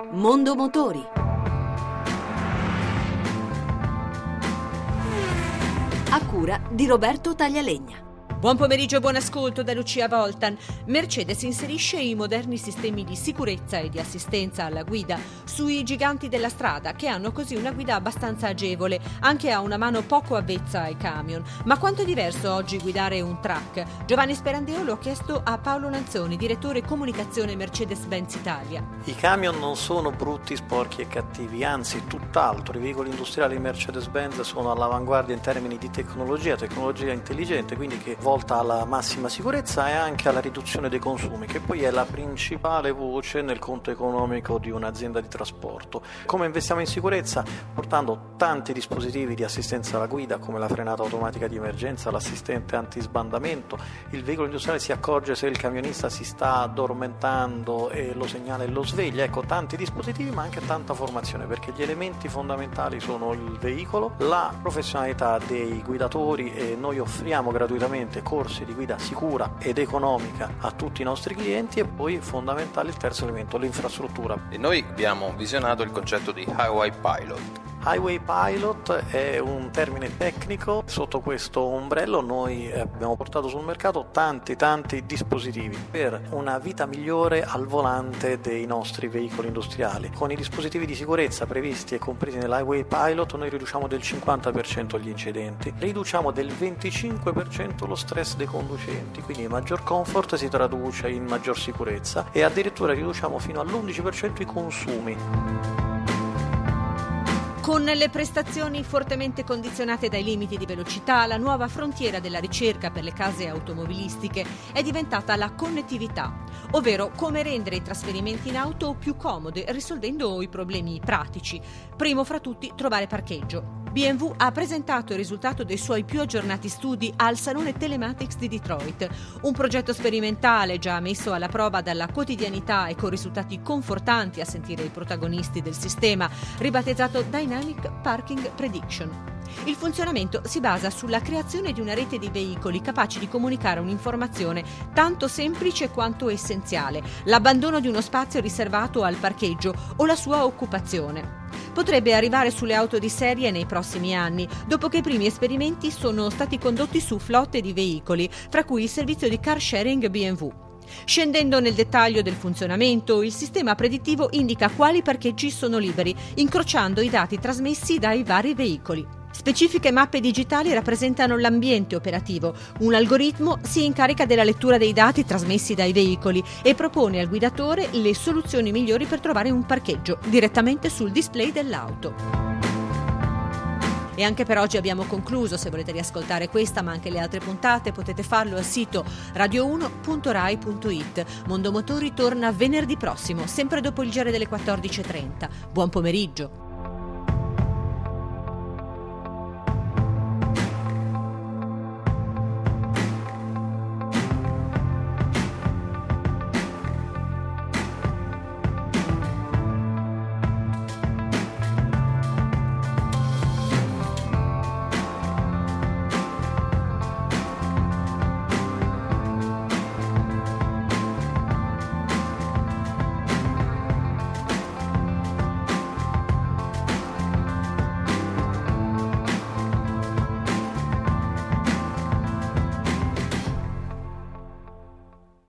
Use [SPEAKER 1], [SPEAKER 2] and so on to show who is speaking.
[SPEAKER 1] Mondo Motori. A cura di Roberto Taglialegna.
[SPEAKER 2] Buon pomeriggio e buon ascolto da Lucia Voltan. Mercedes inserisce i moderni sistemi di sicurezza e di assistenza alla guida sui giganti della strada, che hanno così una guida abbastanza agevole anche a una mano poco avvezza ai camion. Ma quanto è diverso oggi guidare un truck? Giovanni Sperandeo lo ha chiesto a Paolo Lanzoni, direttore comunicazione Mercedes-Benz Italia.
[SPEAKER 3] I camion non sono brutti, sporchi e cattivi, anzi tutt'altro. I veicoli industriali Mercedes-Benz sono all'avanguardia in termini di tecnologia intelligente, quindi che volta alla massima sicurezza e anche alla riduzione dei consumi, che poi è la principale voce nel conto economico di un'azienda di trasporto. Come investiamo in sicurezza? Portando tanti dispositivi di assistenza alla guida, come la frenata automatica di emergenza, l'assistente antisbandamento. Il veicolo industriale si accorge se il camionista si sta addormentando e lo segnala e lo sveglia. Ecco, tanti dispositivi ma anche tanta formazione, perché gli elementi fondamentali sono il veicolo, la professionalità dei guidatori, e noi offriamo gratuitamente corsi di guida sicura ed economica a tutti i nostri clienti, e poi fondamentale il terzo elemento, l'infrastruttura.
[SPEAKER 4] E noi abbiamo visionato il concetto di Highway Pilot.
[SPEAKER 3] Highway Pilot è un termine tecnico. Sotto questo ombrello noi abbiamo portato sul mercato tanti dispositivi per una vita migliore al volante dei nostri veicoli industriali. Con i dispositivi di sicurezza previsti e compresi nell'Highway Pilot noi riduciamo del 50% gli incidenti, riduciamo del 25% lo stress dei conducenti, quindi maggior comfort si traduce in maggior sicurezza, e addirittura riduciamo fino all'11% i consumi.
[SPEAKER 2] Con le prestazioni fortemente condizionate dai limiti di velocità, la nuova frontiera della ricerca per le case automobilistiche è diventata la connettività, ovvero come rendere i trasferimenti in auto più comodi, risolvendo i problemi pratici. Primo fra tutti, trovare parcheggio. BMW ha presentato il risultato dei suoi più aggiornati studi al Salone Telematics di Detroit, un progetto sperimentale già messo alla prova dalla quotidianità e con risultati confortanti a sentire i protagonisti del sistema, ribattezzato Dynamic Parking Prediction. Il funzionamento si basa sulla creazione di una rete di veicoli capaci di comunicare un'informazione tanto semplice quanto essenziale: l'abbandono di uno spazio riservato al parcheggio o la sua occupazione. Potrebbe arrivare sulle auto di serie nei prossimi anni, dopo che i primi esperimenti sono stati condotti su flotte di veicoli, fra cui il servizio di car sharing BMW. Scendendo nel dettaglio del funzionamento, il sistema predittivo indica quali parcheggi sono liberi, incrociando i dati trasmessi dai vari veicoli. Specifiche mappe digitali rappresentano l'ambiente operativo. Un algoritmo si incarica della lettura dei dati trasmessi dai veicoli e propone al guidatore le soluzioni migliori per trovare un parcheggio direttamente sul display dell'auto. E anche per oggi abbiamo concluso. Se volete riascoltare questa ma anche le altre puntate potete farlo al sito radio1.rai.it. Mondo Motori torna venerdì prossimo, sempre dopo il GR delle 14.30. Buon pomeriggio.